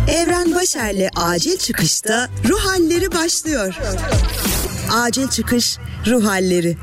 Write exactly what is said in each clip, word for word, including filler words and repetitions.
Evren Başer'le Acil Çıkış'ta Ruh Halleri başlıyor. Acil Çıkış, Ruh Halleri.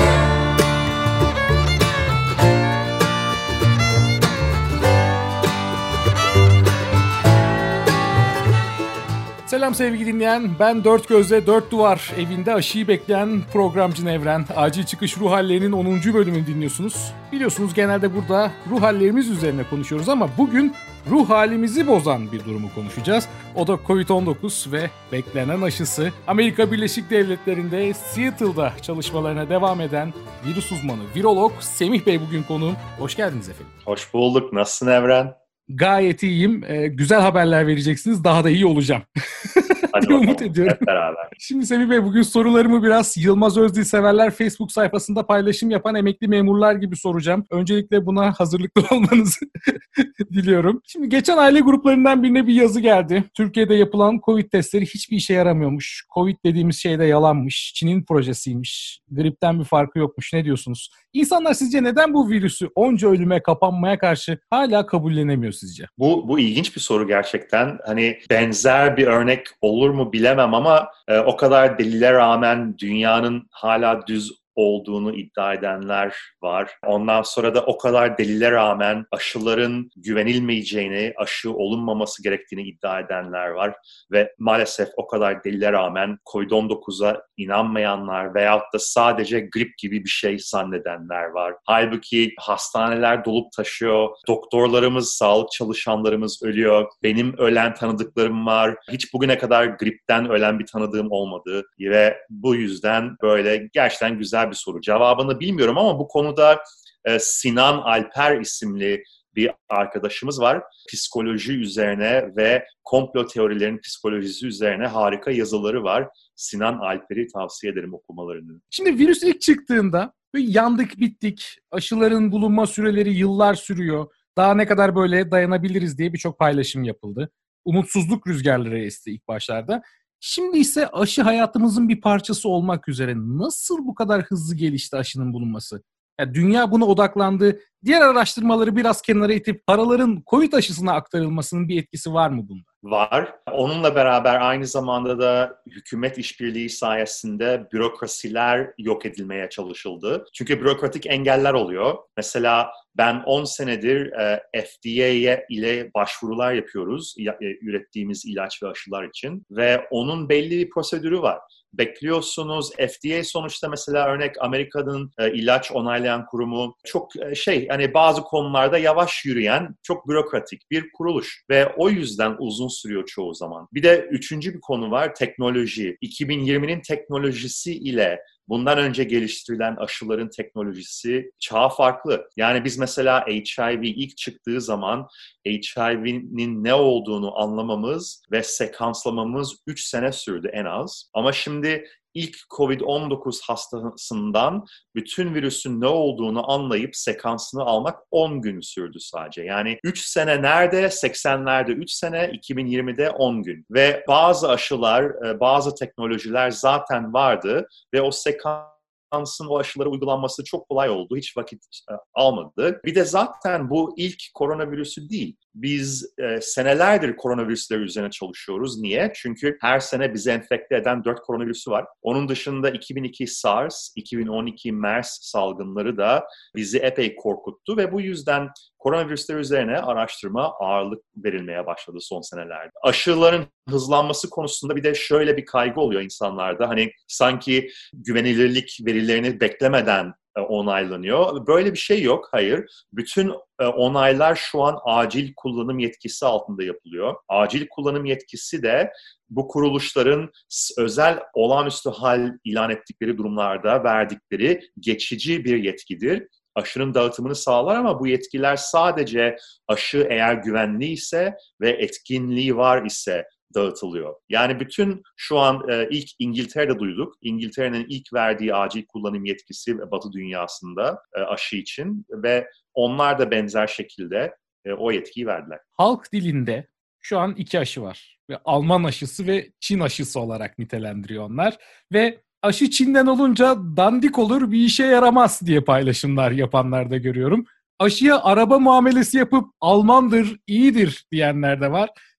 Selam sevgili dinleyen, ben Dört Gözle Dört Duvar evinde aşıyı bekleyen programcı Evren. Acil Çıkış Ruh Halleri'nin onuncu bölümünü dinliyorsunuz. Biliyorsunuz genelde burada ruh hallerimiz üzerine konuşuyoruz ama bugün ruh halimizi bozan bir durumu konuşacağız. O da kovid on dokuz ve beklenen aşısı. Amerika Birleşik Devletleri'nde Seattle'da çalışmalarına devam eden virüs uzmanı, virolog Semih Bey bugün konuğum. Hoş geldiniz efendim. Hoş bulduk. Nasılsın Evren? Gayet iyiyim. Ee, güzel haberler vereceksiniz. Daha da iyi olacağım. Hadi bakalım. Umut ediyorum. Hep beraber. Şimdi Semih Bey, bugün sorularımı biraz Yılmaz Özdil Severler Facebook sayfasında paylaşım yapan emekli memurlar gibi soracağım. Öncelikle buna hazırlıklı olmanızı diliyorum. Şimdi geçen aile gruplarından birine bir yazı geldi. Türkiye'de yapılan Covid testleri hiçbir işe yaramıyormuş. Covid dediğimiz şey de yalanmış. Çin'in projesiymiş. Gripten bir farkı yokmuş. Ne diyorsunuz? İnsanlar sizce neden bu virüsü onca ölüme, kapanmaya karşı hala kabullenemiyor sizce? Bu bu ilginç bir soru gerçekten. Hani benzer bir örnek olur mu bilemem ama e, o kadar delile rağmen dünyanın hala düz olduğunu iddia edenler var. Ondan sonra da o kadar delile rağmen aşıların güvenilmeyeceğini, aşı olunmaması gerektiğini iddia edenler var. Ve maalesef o kadar delile rağmen kovid on dokuza inanmayanlar veyahut da sadece grip gibi bir şey zannedenler var. Halbuki hastaneler dolup taşıyor, doktorlarımız, sağlık çalışanlarımız ölüyor. Benim ölen tanıdıklarım var. Hiç bugüne kadar gripten ölen bir tanıdığım olmadı. Ve bu yüzden böyle gerçekten güzel bir soru. Cevabını bilmiyorum ama bu konuda e, Sinan Alper isimli bir arkadaşımız var. Psikoloji üzerine ve komplo teorilerinin psikolojisi üzerine harika yazıları var. Sinan Alper'i tavsiye ederim okumalarını. Şimdi virüs ilk çıktığında yandık bittik, aşıların bulunma süreleri yıllar sürüyor, daha ne kadar böyle dayanabiliriz diye birçok paylaşım yapıldı. Umutsuzluk rüzgarları esti ilk başlarda. Şimdi ise aşı hayatımızın bir parçası olmak üzere. Nasıl bu kadar hızlı gelişti aşının bulunması? Yani dünya buna odaklandı. Diğer araştırmaları biraz kenara itip paraların Covid aşısına aktarılmasının bir etkisi var mı bunda? Var. Onunla beraber aynı zamanda da hükümet işbirliği sayesinde bürokrasiler yok edilmeye çalışıldı. Çünkü bürokratik engeller oluyor. Mesela ben on senedir F D A ile başvurular yapıyoruz ürettiğimiz ilaç ve aşılar için ve onun belli bir prosedürü var. Bekliyorsunuz. F D A sonuçta mesela örnek Amerika'nın e, ilaç onaylayan kurumu çok e, şey hani bazı konularda yavaş yürüyen çok bürokratik bir kuruluş ve o yüzden uzun sürüyor çoğu zaman. Bir de üçüncü bir konu var, teknoloji. iki bin yirminin teknolojisi ile bundan önce geliştirilen aşıların teknolojisi çağ farklı. Yani biz mesela H I V ilk çıktığı zaman H I V'nin ne olduğunu anlamamız ve sekanslamamız üç sene sürdü en az. Ama şimdi ilk kovid on dokuz hastasından bütün virüsün ne olduğunu anlayıp sekansını almak on gün sürdü sadece. Yani üç sene nerede? seksenlerde üç sene, iki bin yirmide on gün. Ve bazı aşılar, bazı teknolojiler zaten vardı ve o sekansın o aşılara uygulanması çok kolay oldu. Hiç vakit almadı. Bir de zaten bu ilk koronavirüsü değil. Biz e, senelerdir koronavirüsleri üzerine çalışıyoruz. Niye? Çünkü her sene bizi enfekte eden dört koronavirüsü var. Onun dışında iki bin iki SARS, iki bin on iki MERS salgınları da bizi epey korkuttu ve bu yüzden koronavirüsler üzerine araştırma ağırlık verilmeye başladı son senelerde. Aşıların hızlanması konusunda bir de şöyle bir kaygı oluyor insanlarda. Hani sanki güvenilirlik verilerini beklemeden onaylanıyor. Böyle bir şey yok. Hayır. Bütün onaylar şu an acil kullanım yetkisi altında yapılıyor. Acil kullanım yetkisi de bu kuruluşların özel olağanüstü hal ilan ettikleri durumlarda verdikleri geçici bir yetkidir. Aşının dağıtımını sağlar ama bu yetkiler sadece aşı eğer güvenli ise ve etkinliği var ise dağıtılıyor. Yani bütün şu an e, ilk İngiltere'de duyduk. İngiltere'nin ilk verdiği acil kullanım yetkisi Batı dünyasında e, aşı için ve onlar da benzer şekilde e, o yetkiyi verdiler. Halk dilinde şu an iki aşı var. Ve Alman aşısı ve Çin aşısı olarak nitelendiriyor onlar. Ve aşı Çin'den olunca dandik olur, bir işe yaramaz diye paylaşımlar yapanlar da görüyorum. Aşıya araba muamelesi yapıp Almandır, iyidir diyenler de var.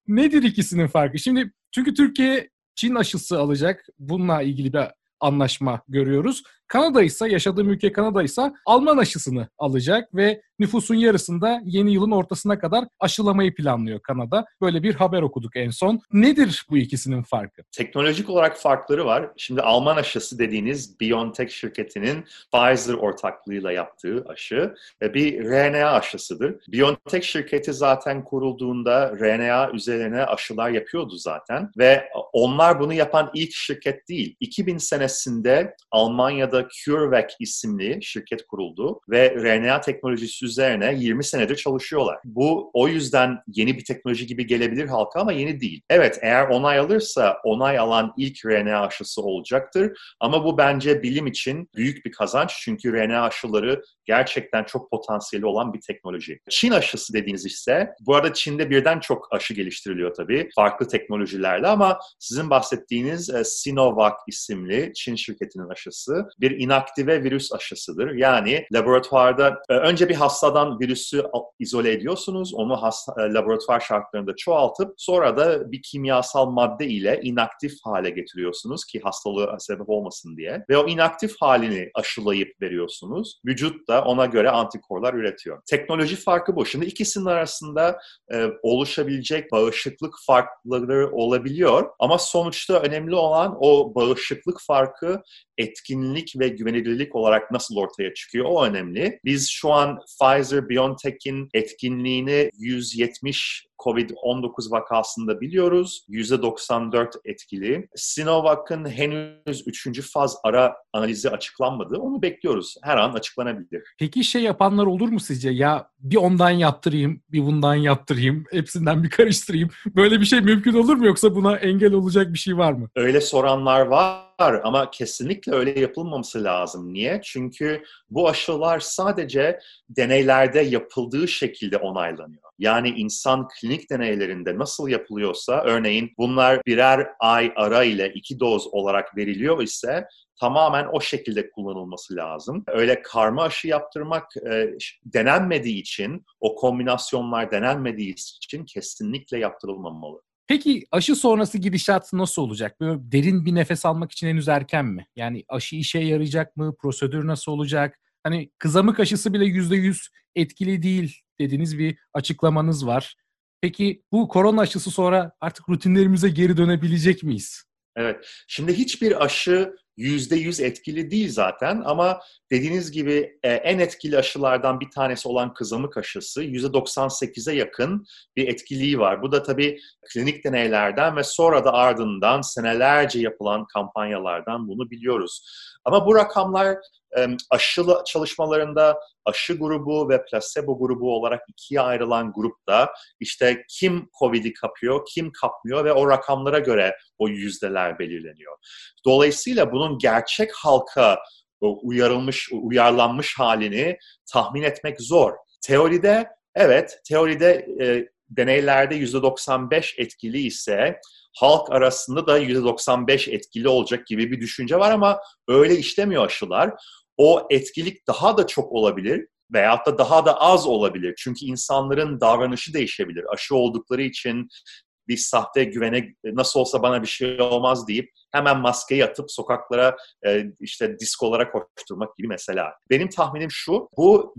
Nedir ikisinin farkı? Şimdi çünkü Türkiye Çin aşısı alacak. Bununla ilgili bir anlaşma görüyoruz. Kanada ise, yaşadığım ülke Kanada ise Alman aşısını alacak ve nüfusun yarısında yeni yılın ortasına kadar aşılamayı planlıyor Kanada. Böyle bir haber okuduk en son. Nedir bu ikisinin farkı? Teknolojik olarak farkları var. Şimdi Alman aşısı dediğiniz BioNTech şirketinin Pfizer ortaklığıyla yaptığı aşı bir R N A aşısıdır. BioNTech şirketi zaten kurulduğunda R N A üzerine aşılar yapıyordu zaten ve onlar bunu yapan ilk şirket değil. iki bin senesinde Almanya'da CureVac isimli şirket kuruldu ve R N A teknolojisi üzerine yirmi senedir çalışıyorlar. Bu o yüzden yeni bir teknoloji gibi gelebilir halka ama yeni değil. Evet, eğer onay alırsa onay alan ilk R N A aşısı olacaktır ama bu bence bilim için büyük bir kazanç çünkü R N A aşıları gerçekten çok potansiyeli olan bir teknoloji. Çin aşısı dediğiniz ise, bu arada Çin'de birden çok aşı geliştiriliyor tabii farklı teknolojilerle ama sizin bahsettiğiniz Sinovac isimli Çin şirketinin aşısı bir inaktive virüs aşısıdır. Yani laboratuvarda önce bir hastadan virüsü izole ediyorsunuz, onu hasta, laboratuvar şartlarında çoğaltıp sonra da bir kimyasal madde ile inaktif hale getiriyorsunuz ki hastalığa sebep olmasın diye. Ve o inaktif halini aşılayıp veriyorsunuz. Vücut da ona göre antikorlar üretiyor. Teknoloji farkı bu. Şimdi ikisinin arasında e, oluşabilecek bağışıklık farkları olabiliyor ama sonuçta önemli olan o bağışıklık farkı etkinlik ve güvenilirlik olarak nasıl ortaya çıkıyor o önemli. Biz şu an Pfizer-BioNTech'in etkinliğini yüz yetmiş covid on dokuz vakasında biliyoruz. yüzde doksan dört etkili. Sinovac'ın henüz üçüncü faz ara analizi açıklanmadı. Onu bekliyoruz. Her an açıklanabilir. Peki şey yapanlar olur mu sizce? Ya bir ondan yaptırayım, bir bundan yaptırayım, hepsinden bir karıştırayım. Böyle bir şey mümkün olur mu yoksa buna engel olacak bir şey var mı? Öyle soranlar var ama kesinlikle öyle yapılmaması lazım. Niye? Çünkü bu aşılar sadece deneylerde yapıldığı şekilde onaylanıyor. Yani insan klinik deneylerinde nasıl yapılıyorsa, örneğin bunlar birer ay ara ile iki doz olarak veriliyor ise tamamen o şekilde kullanılması lazım. Öyle karma aşı yaptırmak e, denenmediği için, o kombinasyonlar denenmediği için kesinlikle yaptırılmamalı. Peki aşı sonrası gidişat nasıl olacak? Böyle derin bir nefes almak için henüz erken mi? Yani aşı işe yarayacak mı? Prosedür nasıl olacak? Hani kızamık aşısı bile yüzde yüz etkili değil dediğiniz bir açıklamanız var. Peki bu korona aşısı sonra artık rutinlerimize geri dönebilecek miyiz? Evet. Şimdi hiçbir aşı yüzde yüz etkili değil zaten ama dediğiniz gibi e, en etkili aşılardan bir tanesi olan kızamık aşısı yüzde doksan sekize yakın bir etkiliği var. Bu da tabii klinik deneylerden ve sonra da ardından senelerce yapılan kampanyalardan bunu biliyoruz. Ama bu rakamlar e, aşı çalışmalarında aşı grubu ve plasebo grubu olarak ikiye ayrılan grupta işte kim Covid'i kapıyor, kim kapmıyor ve o rakamlara göre o yüzdeler belirleniyor. Dolayısıyla bunun gerçek halka uyarılmış, uyarlanmış halini tahmin etmek zor. Teoride, evet, teoride e, deneylerde yüzde doksan beş etkili ise halk arasında da yüzde doksan beş etkili olacak gibi bir düşünce var ama öyle işlemiyor aşılar. O etkilik daha da çok olabilir veyahut da daha da az olabilir. Çünkü insanların davranışı değişebilir. Aşı oldukları için bir sahte güvene nasıl olsa bana bir şey olmaz deyip hemen maskeyi atıp sokaklara işte diskolara koşturmak gibi mesela. Benim tahminim şu, bu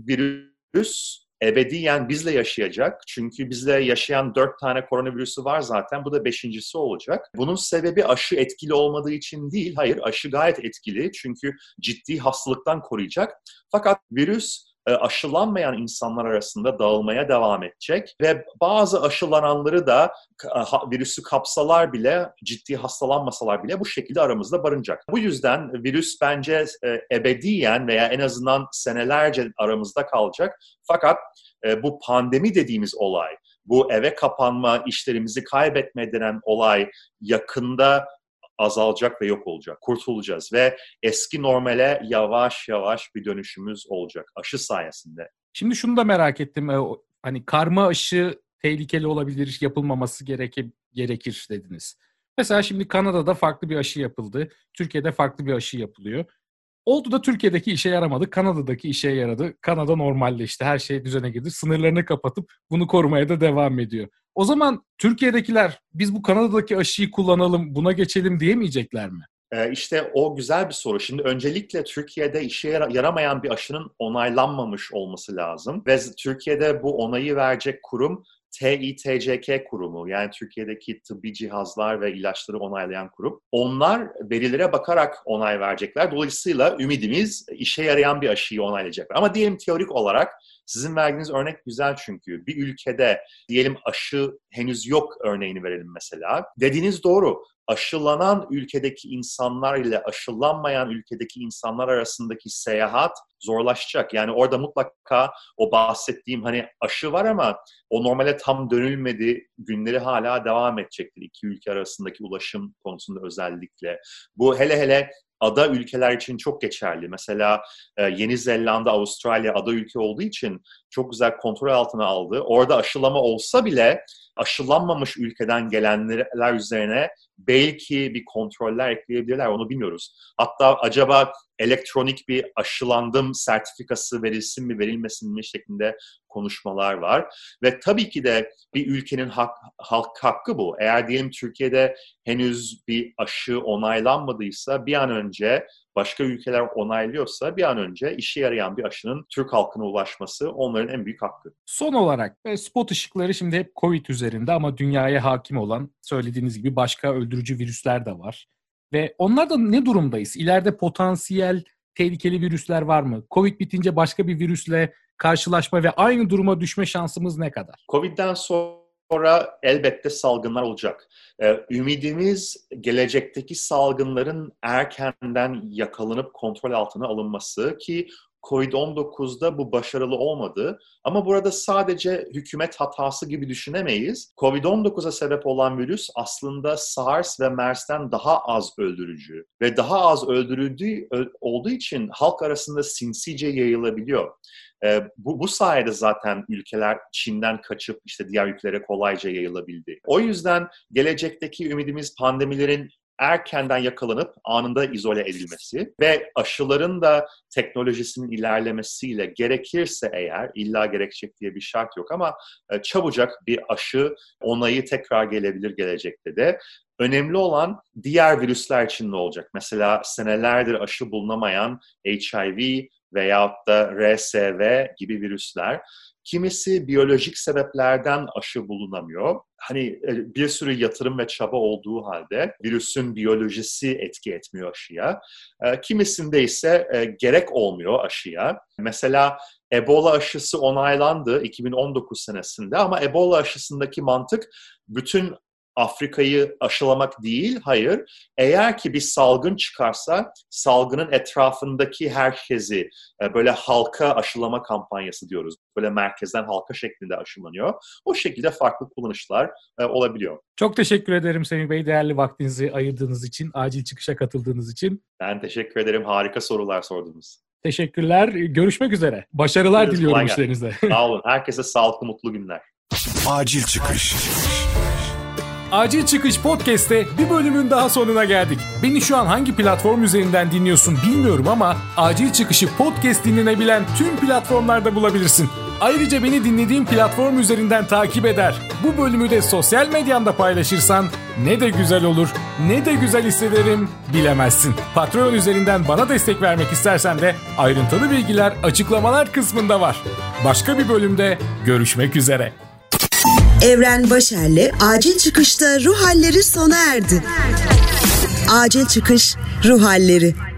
virüs ebediyen bizle yaşayacak. Çünkü bizle yaşayan dört tane koronavirüsü var zaten. Bu da beşincisi olacak. Bunun sebebi aşı etkili olmadığı için değil. Hayır, aşı gayet etkili. Çünkü ciddi hastalıktan koruyacak. Fakat virüs aşılanmayan insanlar arasında dağılmaya devam edecek ve bazı aşılananları da virüsü kapsalar bile, ciddi hastalanmasalar bile bu şekilde aramızda barınacak. Bu yüzden virüs bence ebediyen veya en azından senelerce aramızda kalacak. Fakat bu pandemi dediğimiz olay, bu eve kapanma, işlerimizi kaybetme denen olay yakında azalacak ve yok olacak. Kurtulacağız ve eski normale yavaş yavaş bir dönüşümüz olacak aşı sayesinde. Şimdi şunu da merak ettim. Hani karma aşı tehlikeli olabilir, yapılmaması gereke, gerekir dediniz. Mesela şimdi Kanada'da farklı bir aşı yapıldı. Türkiye'de farklı bir aşı yapılıyor. Oldu da Türkiye'deki işe yaramadı, Kanada'daki işe yaradı. Kanada normalleşti, her şey düzene girdi. Sınırlarını kapatıp bunu korumaya da devam ediyor. O zaman Türkiye'dekiler biz bu Kanada'daki aşıyı kullanalım, buna geçelim diyemeyecekler mi? Ee, işte o güzel bir soru. Şimdi öncelikle Türkiye'de işe yaramayan bir aşının onaylanmamış olması lazım. Ve Türkiye'de bu onayı verecek kurum T İ T C K kurumu, yani Türkiye'deki tıbbi cihazlar ve ilaçları onaylayan kurum. Onlar verilere bakarak onay verecekler. Dolayısıyla ümidimiz işe yarayan bir aşıyı onaylayacaklar. Ama diyelim teorik olarak, sizin verdiğiniz örnek güzel çünkü. Bir ülkede diyelim aşı henüz yok örneğini verelim mesela. Dediğiniz doğru. Aşılanan ülkedeki insanlar ile aşılanmayan ülkedeki insanlar arasındaki seyahat zorlaşacak. Yani orada mutlaka o bahsettiğim hani aşı var ama o normale tam dönülmedi günleri hala devam edecektir iki ülke arasındaki ulaşım konusunda özellikle. Bu hele hele ada ülkeler için çok geçerli. Mesela e, Yeni Zelanda, Avustralya ada ülke olduğu için çok güzel kontrol altına aldı. Orada aşılama olsa bile aşılanmamış ülkeden gelenler üzerine belki bir kontroller ekleyebilirler, onu bilmiyoruz. Hatta acaba elektronik bir aşılandım sertifikası verilsin mi verilmesin mi şeklinde konuşmalar var. Ve tabii ki de bir ülkenin hak, halk hakkı bu. Eğer diyelim Türkiye'de henüz bir aşı onaylanmadıysa bir an önce, başka ülkeler onaylıyorsa bir an önce işe yarayan bir aşının Türk halkına ulaşması onların en büyük hakkı. Son olarak spot ışıkları şimdi hep Covid üzerinde ama dünyaya hakim olan, söylediğiniz gibi başka öldürücü virüsler de var. Ve onlarda ne durumdayız? İleride potansiyel tehlikeli virüsler var mı? Covid bitince başka bir virüsle karşılaşma ve aynı duruma düşme şansımız ne kadar? Covid'den sonra elbette salgınlar olacak. Ee, ümidimiz gelecekteki salgınların erkenden yakalanıp kontrol altına alınması ki kovid on dokuzda bu başarılı olmadı. Ama burada sadece hükümet hatası gibi düşünemeyiz. kovid on dokuza sebep olan virüs aslında SARS ve MERS'ten daha az öldürücü. Ve daha az öldürüldüğü olduğu için halk arasında sinsice yayılabiliyor. Ee, bu, bu sayede zaten ülkeler Çin'den kaçıp işte diğer ülkelere kolayca yayılabildi. O yüzden gelecekteki ümidimiz pandemilerin erkenden yakalanıp anında izole edilmesi ve aşıların da teknolojisinin ilerlemesiyle gerekirse eğer, illa gerekecek diye bir şart yok ama çabucak bir aşı onayı tekrar gelebilir gelecekte de. Önemli olan diğer virüsler için ne olacak? Mesela senelerdir aşı bulunamayan H I V veyahut da R S V gibi virüsler. Kimisi biyolojik sebeplerden aşı bulunamıyor. Hani bir sürü yatırım ve çaba olduğu halde virüsün biyolojisi etki etmiyor aşıya. Kimisinde ise gerek olmuyor aşıya. Mesela Ebola aşısı onaylandı iki bin on dokuz senesinde ama Ebola aşısındaki mantık bütün Afrika'yı aşılamak değil, hayır. Eğer ki bir salgın çıkarsa salgının etrafındaki herkesi böyle halka aşılama kampanyası diyoruz. Böyle merkezden halka şeklinde aşılanıyor. O şekilde farklı kullanışlar olabiliyor. Çok teşekkür ederim Semih Bey, değerli vaktinizi ayırdığınız için, acil çıkışa katıldığınız için. Ben teşekkür ederim. Harika sorular sordunuz. Teşekkürler. Görüşmek üzere. Başarılar Görüşürüz, diliyorum işlerinizde. Sağ olun. Herkese sağlıklı, mutlu günler. Acil çıkış. Acil Çıkış Podcast'te bir bölümün daha sonuna geldik. Beni şu an hangi platform üzerinden dinliyorsun bilmiyorum ama Acil Çıkış'ı podcast dinlenebilen tüm platformlarda bulabilirsin. Ayrıca beni dinlediğin platform üzerinden takip eder. Bu bölümü de sosyal medyanda paylaşırsan ne de güzel olur, ne de güzel hissederim bilemezsin. Patreon üzerinden bana destek vermek istersen de ayrıntılı bilgiler açıklamalar kısmında var. Başka bir bölümde görüşmek üzere. Evren Başer'le Acil Çıkış'ta ruh halleri sona erdi. Acil Çıkış, ruh halleri.